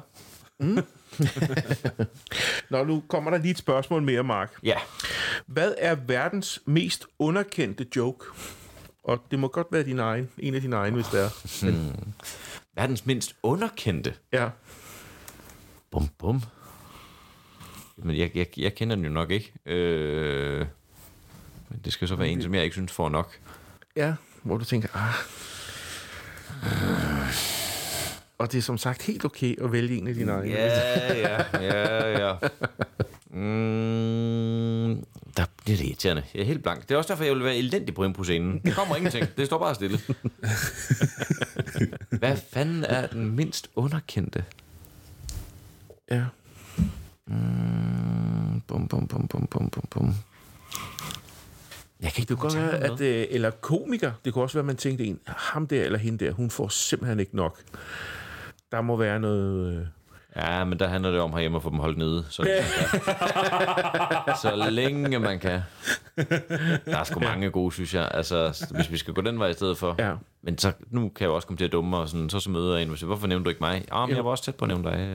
Nå, nu kommer der lige et spørgsmål mere, Mark. Ja. Hvad er verdens mest underkendte joke? Og det må godt være en af dine egne, hvis det er. Verdens mindst underkendte? Ja. Bum. Men jeg kender den jo nok ikke. Men det skal så være en, som jeg ikke synes får nok. Ja, hvor du tænker, Og det er som sagt helt okay at vælge en af dine egne. Ja. Der bliver det irriterende. Jeg er helt blank. Det er også derfor, jeg vil være elendig på scenen. Det kommer ingenting. Det står bare stille. Hvad fanden er den mindst underkendte? Ja. Bum. Jeg kan ikke godt være, at eller komiker. Det kunne også være, at man tænkte en, ham der eller hende der, hun får simpelthen ikke nok. Der må være noget... Ja, men der handler det om herhjemme at få dem holdt nede. Så længe man kan. Der er sgu mange gode, synes jeg. Altså, hvis vi skal gå den vej i stedet for. Ja. Men så, nu kan jeg jo også komme til at dumme, og sådan, så møder jeg en og siger, hvorfor nævnte du ikke mig? Men jeg var også tæt på at nævne dig.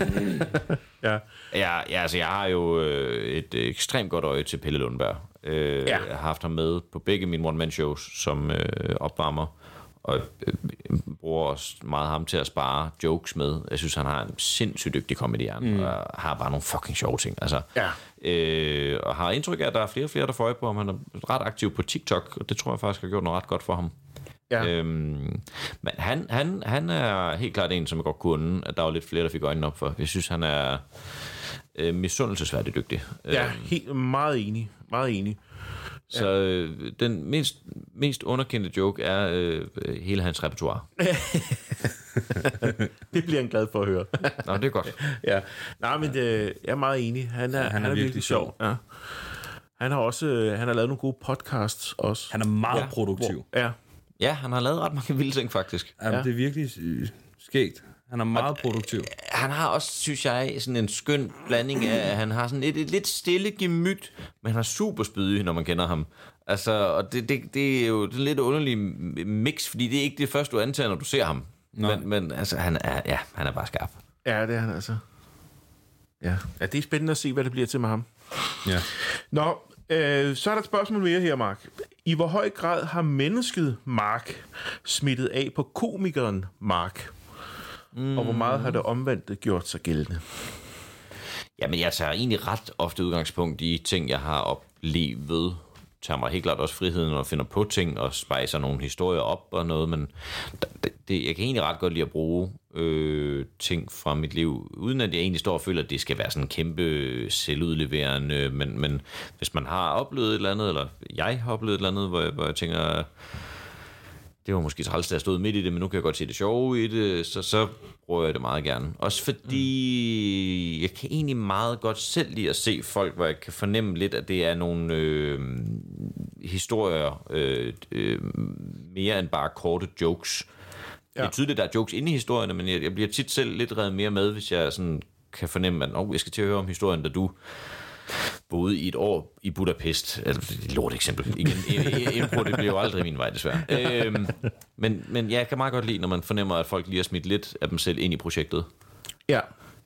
Altså, jeg har jo et ekstremt godt øje til Pelle Lundberg. Jeg har haft ham med på begge mine one-man-shows som opvarmer. Og bruger også meget ham til at spare jokes med. Jeg synes, han har en sindssygt dygtig comedy-hjerne, og har bare nogle fucking sjove ting. Altså, og har indtryk af, at der er flere og flere, der får øje på ham. Han er ret aktiv på TikTok, og det tror jeg faktisk har gjort noget ret godt for ham. Ja. Men han er helt klart en, som jeg godt kunne, at der var lidt flere, der fik øjnene op for. Jeg synes, han er misundelsesværdigt dygtig. Ja, helt meget enig. Meget enig. Så den mest underkendte joke er hele hans repertoire. Det bliver han glad for at høre. Nå, det er godt. Ja. Nej, men jeg er meget enig. Han er virkelig sjov. Ja. Han har lavet nogle gode podcasts også. Han er meget produktiv. Ja, han har lavet ret mange vilde ting, faktisk. Ja. Det er virkelig skægt. Han er meget produktiv. Han har også, synes jeg, sådan en skøn blanding af, han har sådan et lidt stille gemyt, men han er super spydig, når man kender ham. Altså, og det er jo lidt underlig mix, fordi det er ikke det første, du antager, når du ser ham. Men altså, han er bare skarp. Ja, det er han altså. Ja, det er spændende at se, hvad det bliver til med ham. Ja. Nå, så er der et spørgsmål mere her, Mark. I hvor høj grad har mennesket Mark smittet af på komikeren Mark? Og hvor meget har det omvendt gjort sig gældende? Jamen, jeg tager egentlig ret ofte udgangspunkt i ting, jeg har oplevet. Tager mig helt klart også friheden, når jeg finder på ting og spejser nogle historier op og noget, men jeg kan egentlig ret godt lide at bruge ting fra mit liv, uden at jeg egentlig står og føler, at det skal være sådan en kæmpe selvudleverende, men hvis man har oplevet et eller andet, eller jeg har oplevet et eller andet, hvor jeg tænker, det var måske træls, da jeg stod midt i det, men nu kan jeg godt se det sjove i det, så bruger jeg det meget gerne. Også fordi jeg kan egentlig meget godt selv lide at se folk, hvor jeg kan fornemme lidt, at det er nogle historier, mere end bare korte jokes. Ja. Det er tydeligt, at der er jokes inde i historierne, men jeg bliver tit selv lidt revet mere med, hvis jeg sådan kan fornemme, at jeg skal til at høre om historien, da du boede i et år i Budapest. Altså, det er et lort eksempel. Igen, impro, det bliver jo aldrig min vej, desværre. Men jeg kan meget godt lide, når man fornemmer, at folk lige har smidt lidt af dem selv ind i projektet. Ja.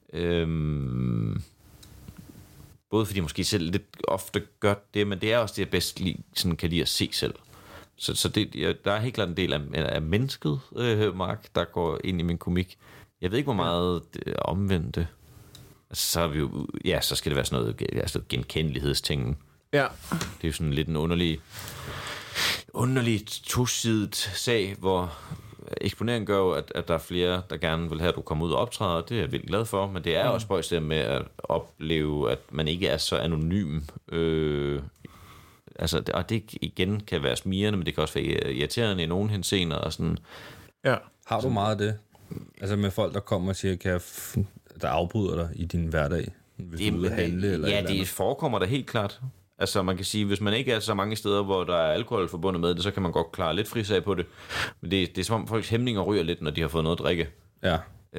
Både fordi måske selv lidt ofte gør det, men det er også det, jeg bedst sådan kan lide at se selv. Så det, der er helt klart en del af mennesket, Mark, der går ind i min komik. Jeg ved ikke, hvor meget omvendte. Altså, så er vi jo, så skal det være sådan noget genkendelighedsting. Ja. Det er jo sådan lidt en underlig tosidet sag, hvor eksponering gør jo, at der er flere, der gerne vil have, at du kommer ud og optræder. Det er jeg virkelig glad for, men det er også spøjst det med at opleve, at man ikke er så anonym. Altså, og det igen kan være smirrende, men det kan også være irriterende i nogle henseender og sådan. Ja. Har du meget af det? Altså med folk, der kommer og siger, der afbryder dig i din hverdag, hvis du er ude at handle? Eller det forekommer da helt klart. Altså man kan sige, hvis man ikke er så mange steder, hvor der er alkohol forbundet med det, så kan man godt klare lidt frisag på det. Men det er som om folks hæmninger ryger lidt, når de har fået noget at drikke. Ja.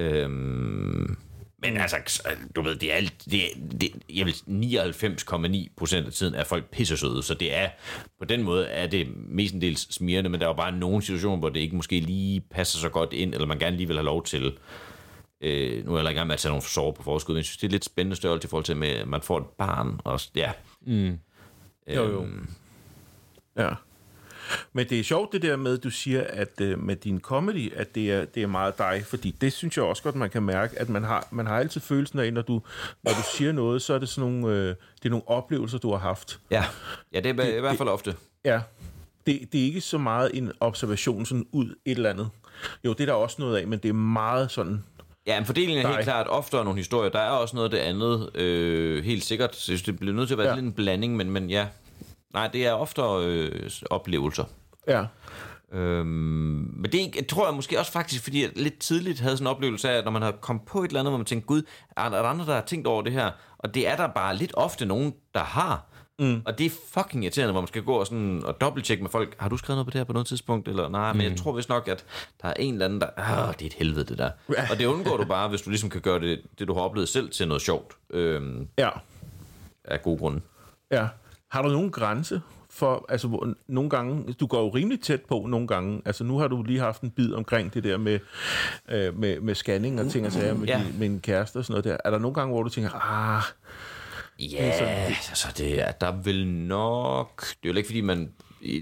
Men altså, du ved, jeg vil 99,9% af tiden er folk pissesøde, så det er, på den måde er det mestendels smirrende, men der er jo bare nogle situationer, hvor det ikke måske lige passer så godt ind, eller man gerne lige vil have lov til. Nu er jeg i gang med at tage nogle sover på forskud, men jeg synes, det er lidt spændende størrelse i forhold til, at man får et barn, og ja. Jo. Ja. Men det er sjovt det der med, at du siger, at med din comedy, at det er meget dig, fordi det synes jeg også godt, man kan mærke, at man har altid følelsen af, når du siger noget, så er det sådan nogle, det er nogle oplevelser, du har haft. Ja, det er i hvert fald ofte. Ja, det er ikke så meget en observation sådan ud et eller andet. Jo, det er der også noget af, men det er meget sådan... Ja, men fordelingen er helt klart oftere nogle historier. Der er også noget af det andet, helt sikkert. Så det bliver nødt til at være lidt en blanding, men ja. Nej, det er oftere oplevelser. Ja. Men det tror jeg måske også faktisk, fordi jeg lidt tidligt havde sådan en oplevelse af, at når man har kommet på et eller andet, hvor man tænker, gud, er der andre, der har tænkt over det her? Og det er der bare lidt ofte nogen, der har. Og det er fucking irriterende, hvor man skal gå og, sådan, og dobbelttjekke med folk. Har du skrevet noget på det her på noget tidspunkt? Eller nej, men jeg tror vist nok, at der er en eller anden, der... det er et helvede, det der. Og det undgår du bare, hvis du ligesom kan gøre det du har oplevet selv, til noget sjovt. Af gode grunde. Ja. Har du nogen grænse for... Altså, nogle gange... Du går jo rimelig tæt på nogle gange. Altså, nu har du lige haft en bid omkring det der med scanning og ting og sager med en kæreste og sådan noget der. Er der nogle gange, hvor du tænker, ja, altså det er der vil nok... Det er jo ikke, fordi man...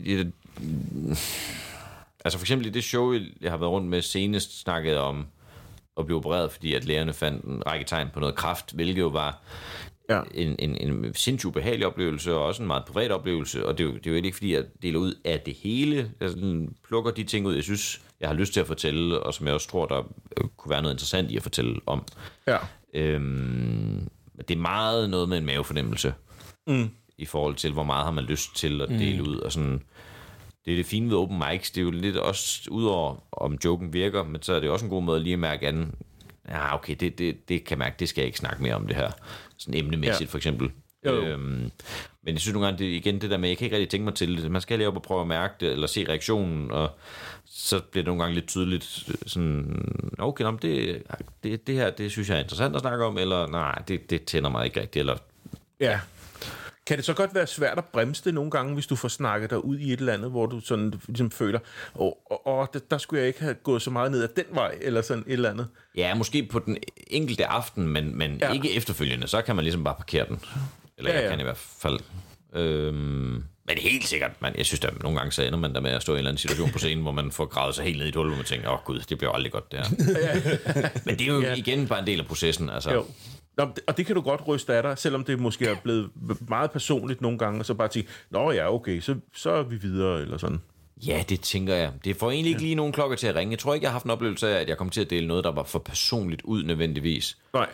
Altså for eksempel i det show, jeg har været rundt med senest, snakket om at blive opereret, fordi at lægerne fandt en række tegn på noget kræft, hvilket jo var en sindssygt behagelig oplevelse, og også en meget privat oplevelse, og det er jo ikke, fordi jeg deler ud af det hele. Jeg plukker de ting ud, jeg synes, jeg har lyst til at fortælle, og som jeg også tror, der kunne være noget interessant i at fortælle om. Ja. Det er meget noget med en mavefornemmelse i forhold til, hvor meget har man lyst til at dele ud. Og sådan, det er det fine ved open mics. Det er jo lidt også, udover om joken virker, men så er det også en god måde lige at mærke an. Ja, okay, det kan jeg mærke, det skal jeg ikke snakke mere om det her. Sådan emnemæssigt for eksempel. Men jeg synes nogle gange, igen det der med, jeg kan ikke rigtig tænke mig til det. Man skal lige op og prøve at mærke det, eller se reaktionen, og så bliver det nogle gange lidt tydeligt sådan, okay, det her, det synes jeg er interessant at snakke om, eller nej, det tænder mig ikke rigtigt, eller... Ja. Kan det så godt være svært at bremse det nogle gange, hvis du får snakket dig ud i et eller andet, hvor du sådan ligesom føler, der skulle jeg ikke have gået så meget ned ad den vej, eller sådan et eller andet? Ja, måske på den enkelte aften, men ikke efterfølgende. Så kan man ligesom bare parkere den. Eller jeg kan i hvert fald. Men helt sikkert, jeg synes da nogle gange så ender man der med at stå i en eller anden situation på scenen, hvor man får gravet sig helt ned i et hul, hvor man tænker, gud, det bliver aldrig godt det her. Men det er jo igen bare en del af processen, altså. Jo. Og det kan du godt ryste af dig, selvom det måske er blevet meget personligt nogle gange, og så bare sige, okay, så er vi videre, eller sådan. Ja, det tænker jeg. Det får egentlig ikke lige nogen klokker til at ringe. Jeg tror ikke, jeg har haft en oplevelse af, at jeg kom til at dele noget, der var for personligt ud nødvendigvis. Nej.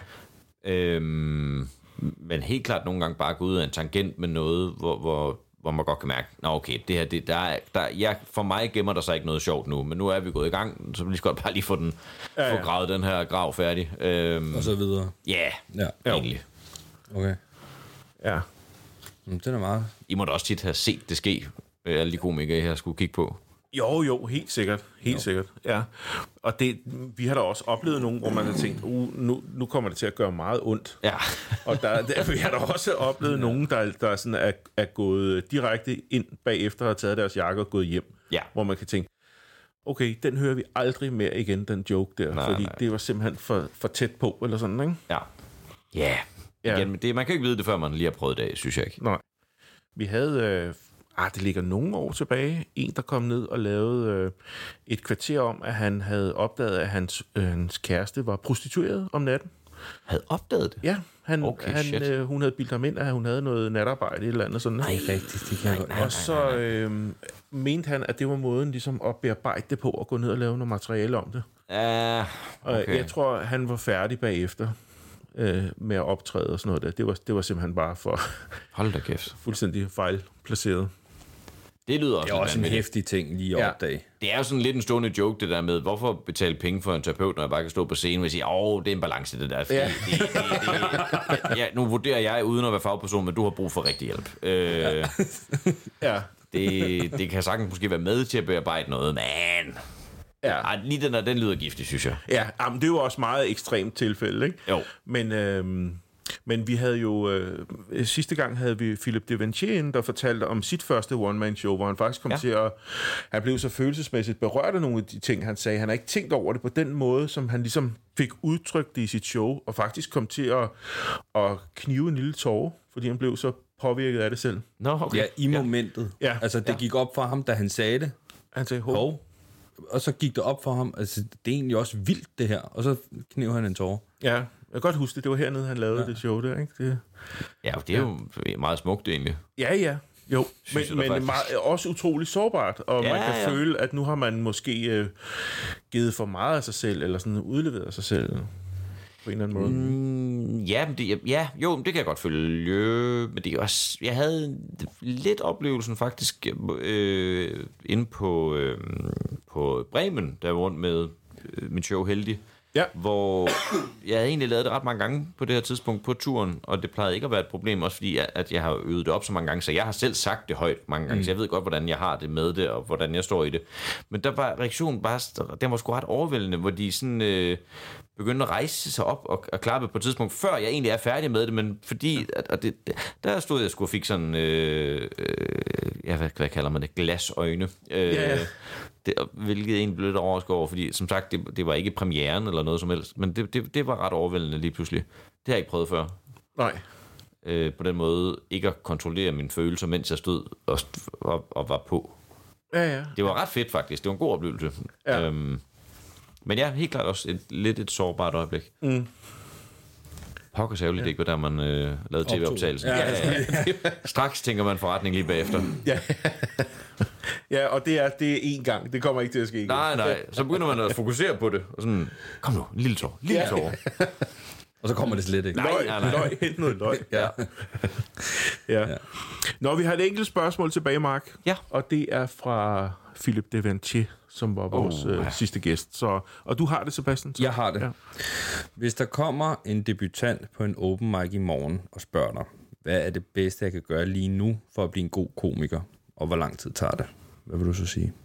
Men helt klart nogle gange bare gå ud af en tangent med noget, hvor man godt kan mærke, okay, det her, for mig gemmer der sig ikke noget sjovt nu, men nu er vi gået i gang, så vi lige godt bare lige få gravet den her grav færdig. Og så videre. Ja, egentlig. Okay. Ja. Det er meget. I må da også tit have set det ske, alle de komikere, jeg skulle kigge på. Jo, helt sikkert. Sikkert, ja. Og vi har da også oplevet nogen, hvor man har tænkt, nu kommer det til at gøre meget ondt. Ja. Og vi har da også oplevet nogen, der sådan er gået direkte ind bagefter og har taget deres jakke og gået hjem. Ja. Hvor man kan tænke, okay, den hører vi aldrig mere igen, den joke der. Fordi det var simpelthen for tæt på, eller sådan, ikke? Ja. Ja. Igen, men man kan ikke vide det, før man lige har prøvet det, synes jeg ikke. Nej. Vi havde... det ligger nogle år tilbage. En, der kom ned og lavede et kvarter om, at han havde opdaget, at hans kæreste var prostitueret om natten. Havde opdaget det? Ja, hun havde bildt ham ind, at hun havde noget natarbejde eller andet sådan. Nej, rigtigt. Det kan jeg godt. Og så mente han, at det var måden ligesom at bearbejde det på og gå ned og lave noget materiale om det. Okay. Og jeg tror, han var færdig bagefter med at optræde og sådan noget der. Det var simpelthen bare for... Hold da kæft. Fuldstændig fejlplaceret. Det lyder også, også en hæftig ting lige at opdage. Det er jo sådan lidt en stående joke, det der med, hvorfor betale penge for en terapeut, når jeg bare kan stå på scenen og sige, det er en balance, det der. Fordi nu vurderer jeg, uden at være fagperson, men du har brug for rigtig hjælp. Det kan sagtens måske være med til at bearbejde noget, men... Ja. Lige den lyder giftig, synes jeg. Ja, men det er jo også meget ekstremt tilfælde, ikke? Jo. Men vi havde jo... sidste gang havde vi Philip Devanchier, der fortalte om sit første one-man-show, hvor han faktisk kom til at... Han blev så følelsesmæssigt berørt af nogle af de ting, han sagde. Han har ikke tænkt over det på den måde, som han ligesom fik udtrykt det i sit show, og faktisk kom til at knive en lille tåre, fordi han blev så påvirket af det selv. Okay. Ja, i momentet. Ja. Altså, det gik op for ham, da han sagde det. Han sagde, hov. Og så gik det op for ham, altså det er egentlig også vildt det her, og så kniv han en tåre. Ja, jeg kan godt huske det, var hernede, han lavede det show der, ikke? Det er jo meget smukt egentlig. Ja, Jo, men også utrolig sårbart, og man kan føle, at nu har man måske givet for meget af sig selv, eller sådan udleveret sig selv på en eller anden måde. Det kan jeg godt følge. Men det er også, jeg havde lidt oplevelsen faktisk inde på Bremen, der var rundt med mit show Heldig. Ja. Hvor jeg havde egentlig lavet det ret mange gange på det her tidspunkt på turen, og det plejede ikke at være et problem, også fordi at jeg har øvet det op så mange gange, så jeg har selv sagt det højt mange gange, så jeg ved godt, hvordan jeg har det med det, og hvordan jeg står i det. Men der var reaktionen bare, den var sgu ret overvældende, hvor de sådan begyndte at rejse sig op og klappe på et tidspunkt, før jeg egentlig er færdig med det, men fordi, der stod jeg sgu og fik sådan, hvad kalder man det, glasøjne. Hvilket egentlig blev lidt overrasket over, fordi som sagt, det var ikke premieren eller noget som helst, men det var ret overvældende lige pludselig. Det har jeg ikke prøvet før. Nej. På den måde ikke at kontrollere mine følelser, mens jeg stod og var på. Ja. Det var ret fedt faktisk. Det var en god oplevelse. Ja. Men ja, helt klart også lidt et sårbart øjeblik. Pokker særligt ikke, der man lavede tv-optagelsen. Ja. Straks tænker man forretning lige bagefter. Ja, og det er én gang. Det kommer ikke til at ske igen. Nej. Så begynder man at fokusere på det. Og sådan, kom nu, en lille tår. Og så kommer det slet ikke. Nej. Hent noget løg. Ja. Nå, vi har et enkelt spørgsmål tilbage, Mark. Ja. Og det er fra Philip Devantier, som var vores sidste gæst. Og du har det, Sebastian? Jeg har det. Ja. Hvis der kommer en debutant på en open mic i morgen og spørger dig, hvad er det bedste, jeg kan gøre lige nu for at blive en god komiker? Og hvor lang tid tager det? Hvad vil du så sige?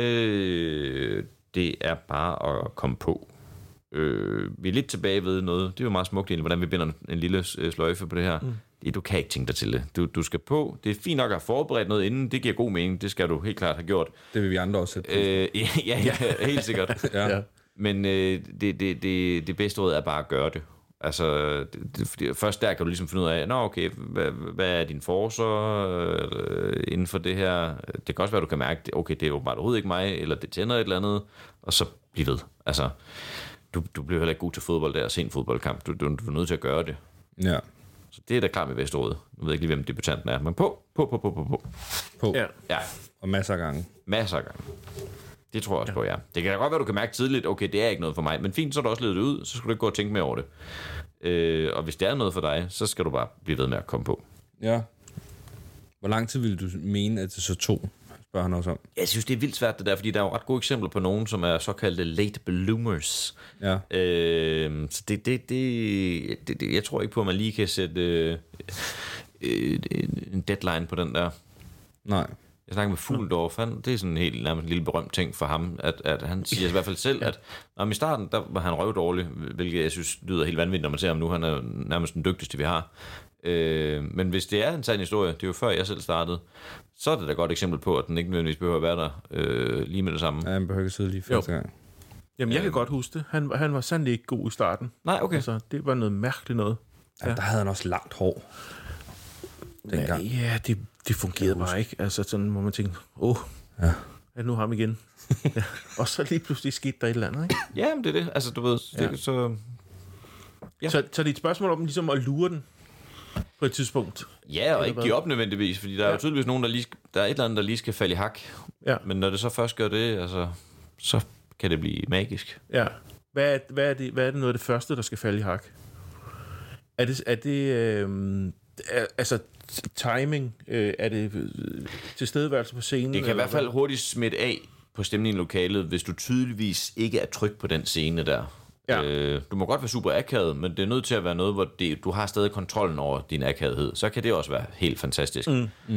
Det er bare at komme på. Vi er lidt tilbage ved noget. Det er jo meget smukt egentlig, hvordan vi binder en lille sløjfe på det her. Du kan ikke tænke dig til det. Du skal på. Det er fint nok at have forberedt noget inden. Det giver god mening. Det skal du helt klart have gjort. Det vil vi andre også sætte ja, helt sikkert. Ja. Men det bedste råd er bare at gøre det. Altså, først der kan du ligesom finde ud af, okay, hvad er din forser inden for det her? Det kan også være, du kan mærke, okay, det er jo bare overhovedet ikke mig, eller det tænder et eller andet, og så bliv ved. Altså, du bliver heller ikke god til fodbold der og se en fodboldkamp. Du er nødt til at gøre det. Ja. Så det er da klart med bedste råd. Nu ved jeg ikke lige, hvem debutanten er, men på. Ja. Og masser af gange. Det tror jeg også på, ja. Det kan da godt være, du kan mærke tidligt, okay, det er ikke noget for mig, men fint, så er du også ledet det ud, så skal du ikke gå og tænke mere over det. Og hvis det er noget for dig, så skal du bare blive ved med at komme på. Ja. Hvor lang tid vil du mene, at det så tog? Spørger han også om. Jeg synes, det er vildt svært det der, fordi der er jo ret gode eksempler på nogen, som er såkaldte late bloomers. Ja. Så det jeg tror ikke på, at man lige kan sætte en deadline på den der. Nej. Jeg snakker med Fuglendorf, det er sådan en helt nærmest en lille berømt ting for ham, at han siger i hvert fald selv, at i starten, der var han røvdårlig, hvilket jeg synes lyder helt vanvittigt, når man ser ham nu. Han er nærmest den dygtigste, vi har. Men hvis det er en sand historie, det er jo før jeg selv startede, så er det da et godt eksempel på, at den ikke nødvendigvis behøver at være der lige med det samme. Ja, han behøver ikke sidde lige første gang. Jamen, jeg kan godt huske det. Han var sandelig ikke god i starten. Nej, okay. Altså, det var noget mærkeligt noget. Ja, der havde han også langt hår. dengang. Ja, det fungerede bare ikke. Altså sådan må man tænke, er nu ham igen? Ja. Og så lige pludselig skete der et eller andet, ikke? Ja, men det er det. Altså, du ved, det, så... Ja. Så det er et spørgsmål om ligesom at lure den på et tidspunkt. Ja, og ikke give op nødvendigvis, fordi der er jo tydeligvis nogen, der er et eller andet, der lige skal falde i hak. Ja. Men når det så først gør det, altså, så kan det blive magisk. Ja. Hvad er det noget af det første, der skal falde i hak? Er det altså timing? Er det tilstedeværelse på scenen? Det kan i hvert fald hurtigt smitte af på stemningen i lokalet, hvis du tydeligvis ikke er tryg på den scene der. Ja. Du må godt være super akavet, men det er nødt til at være noget, hvor du har stadig kontrollen over din akavighed. Så kan det også være helt fantastisk.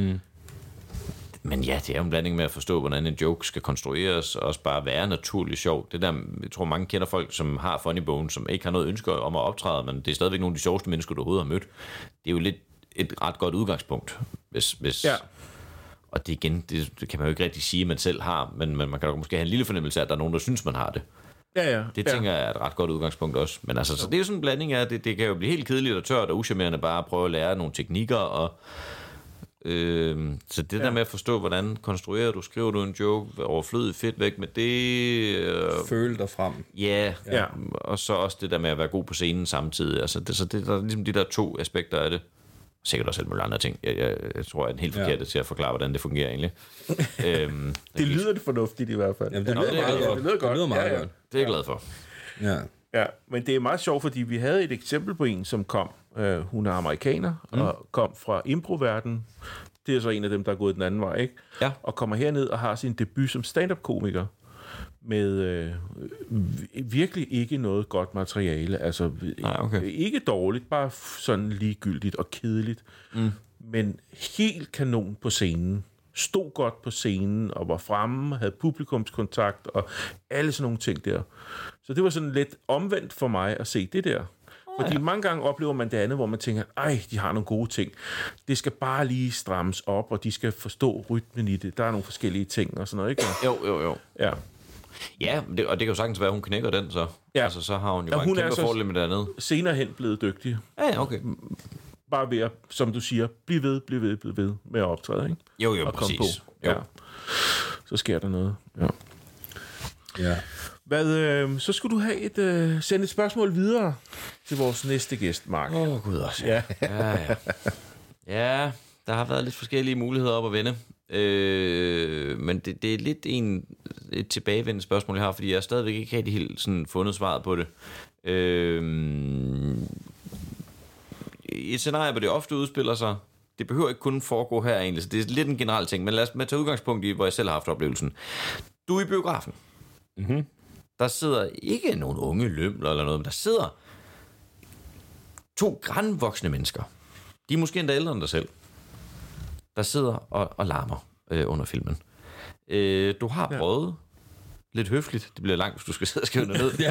Men ja, det er jo en blanding med at forstå, hvordan en joke skal konstrueres, og også bare være naturligt sjov. Det der, jeg tror, mange kender folk, som har funny bone, som ikke har noget ønske om at optræde, men det er stadigvæk nogle af de sjoveste mennesker, du overhovedet har mødt. Det er jo lidt et ret godt udgangspunkt, hvis ja. Og det igen, det kan man jo ikke rigtig sige, at man selv har, men man kan jo måske have en lille fornemmelse af, at der er nogen, der synes, man har det. Ja. Det tænker jeg er et ret godt udgangspunkt også. Men altså, så det er jo sådan en blanding af, det kan jo blive helt kedeligt og tørt og uschammerende bare at prøve at lære nogle teknikker og... så det der med at forstå, hvordan konstruerer du, skriver du en joke, overflødigt fedt væk med det. Føle dig frem. Ja, og så også det der med at være god på scenen samtidig. Altså, det er ligesom de der to aspekter af det. sikkert også alt muligt andre ting. Jeg tror, jeg er den helt forkerte til at forklare, hvordan det fungerer egentlig. Det lyder det fornuftigt i hvert fald. Jamen, det lyder meget godt. Det lyder meget godt. Det er jeg glad for. Ja, men det er meget sjovt, fordi vi havde et eksempel på en, som kom. Hun er amerikaner og kom fra improverdenen. Det er så en af dem, der er gået den anden vej, ikke? Ja. Og kommer herned og har sin debut som stand-up-komiker med virkelig ikke noget godt materiale. Altså, ikke dårligt, bare sådan ligegyldigt og kedeligt. Men helt kanon på scenen. Stod godt på scenen og var fremme, havde publikumskontakt og alle sådan nogle ting der. Så det var sådan lidt omvendt for mig at se det der. Fordi mange gange oplever man det andet, hvor man tænker, de har nogle gode ting. Det skal bare lige strammes op, og de skal forstå rytmen i det. Der er nogle forskellige ting og sådan noget, ikke? Jo. Ja. Ja, og det kan jo sagtens være, at hun knækker den, så. Ja. Altså, så har hun jo bare en kæmpe fordel med det andet. Senere hen blevet dygtig. Ja, okay. Bare ved at, som du siger, blive ved med at optræde, ikke? Jo, og præcis. På. Ja. Så sker der noget. Ja. Så skulle du have sende et spørgsmål videre til vores næste gæst, Mark. Gud også. Ja. Ja, der har været lidt forskellige muligheder op at vende. Men det er lidt et tilbagevendende spørgsmål, jeg har, fordi jeg stadigvæk ikke rigtig helt sådan fundet svaret på det. I et scenarie, hvor det ofte udspiller sig, det behøver ikke kun foregå her egentlig, så det er lidt en generel ting, men lad os tage udgangspunkt i, hvor jeg selv har haft oplevelsen. Du er i biografen. Mm-hmm. Der sidder ikke nogen unge lømler eller noget, men der sidder 2 grandvoksne mennesker. De er måske endda ældre end dig selv. Der sidder og larmer under filmen. Du har prøvet lidt høfligt. Det bliver langt, hvis du skal sidde og skrive noget ned.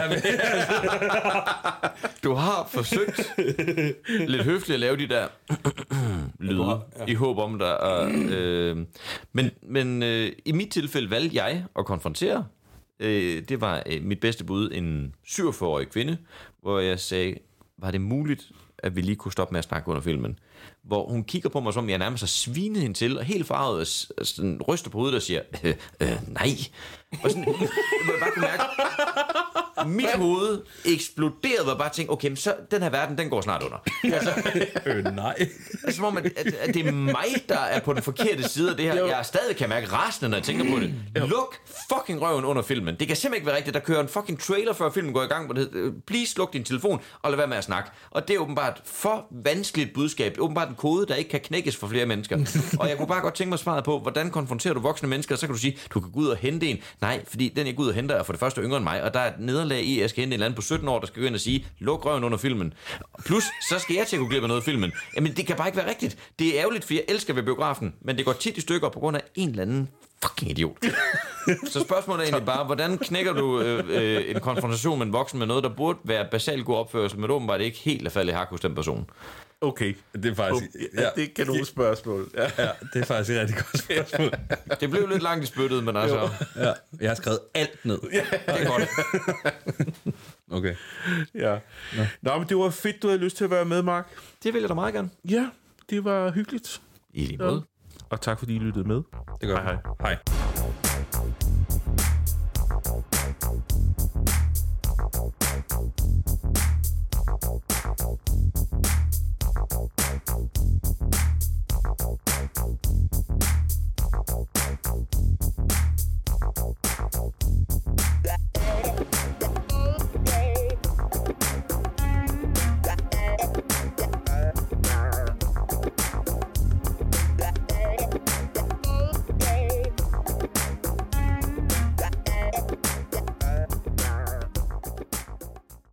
Du har forsøgt lidt høfligt at lave de der lyde, i håb om der. Men i mit tilfælde valgte jeg at konfrontere. Det var mit bedste bud, en 47-årig kvinde, hvor jeg sagde, var det muligt, at vi lige kunne stoppe med at snakke under filmen? Hvor hun kigger på mig, som jeg nærmest har svinet hende til, og helt farvet og ryster på hovedet og siger, nej. Og sådan, jeg bare kunne mærke, mit hoved eksploderede, og jeg bare tænkte, okay, så den her verden, den går snart under. Altså, nej. Altså, som om, at det er mig, der er på den forkerte side af det her. Jeg stadig kan mærke rasende, når jeg tænker på det. Luk fucking røven under filmen. Det kan simpelthen ikke være rigtigt. Der kører en fucking trailer, før filmen går i gang. Please, luk din telefon, og lad være med at snakke. Og det er åbenbart for vanskeligt budskab. Det er åbenbart en kode, der ikke kan knækkes for flere mennesker. Og jeg kunne bare godt tænke mig svaret på, hvordan konfronterer du voksne mennesker? Så kan du sige, du kan gå ud og hente en. Nej, fordi den jeg går ud og henter er for det første yngre end mig, og der er et nederlag i, at jeg skal hente en eller anden på 17 år, der skal gå ind og sige, luk røven under filmen. Plus, så skal jeg til at gå glip af noget af filmen. Jamen, det kan bare ikke være rigtigt. Det er ærgerligt, for jeg elsker ved biografen, men det går tit i stykker på grund af en eller anden fucking idiot. Så spørgsmålet er egentlig bare, hvordan knækker du en konfrontation med en voksen med noget, der burde være basalt god opførsel, men åbenbart ikke helt at falde i hak hos den person? Okay. Det er faktisk... det er et kanonspørgsmål. Ja, det er faktisk et rigtig godt spørgsmål. Det blev lidt langt i spyttet, men altså... Ja, jeg har skrevet alt ned. Det er godt. Okay. Ja. Nå, men det var fedt, du havde lyst til at være med, Mark. Det vil jeg da meget gerne. Ja, det var hyggeligt. I lige måde. Og tak, fordi I lyttede med. Det gør Hej. Hej.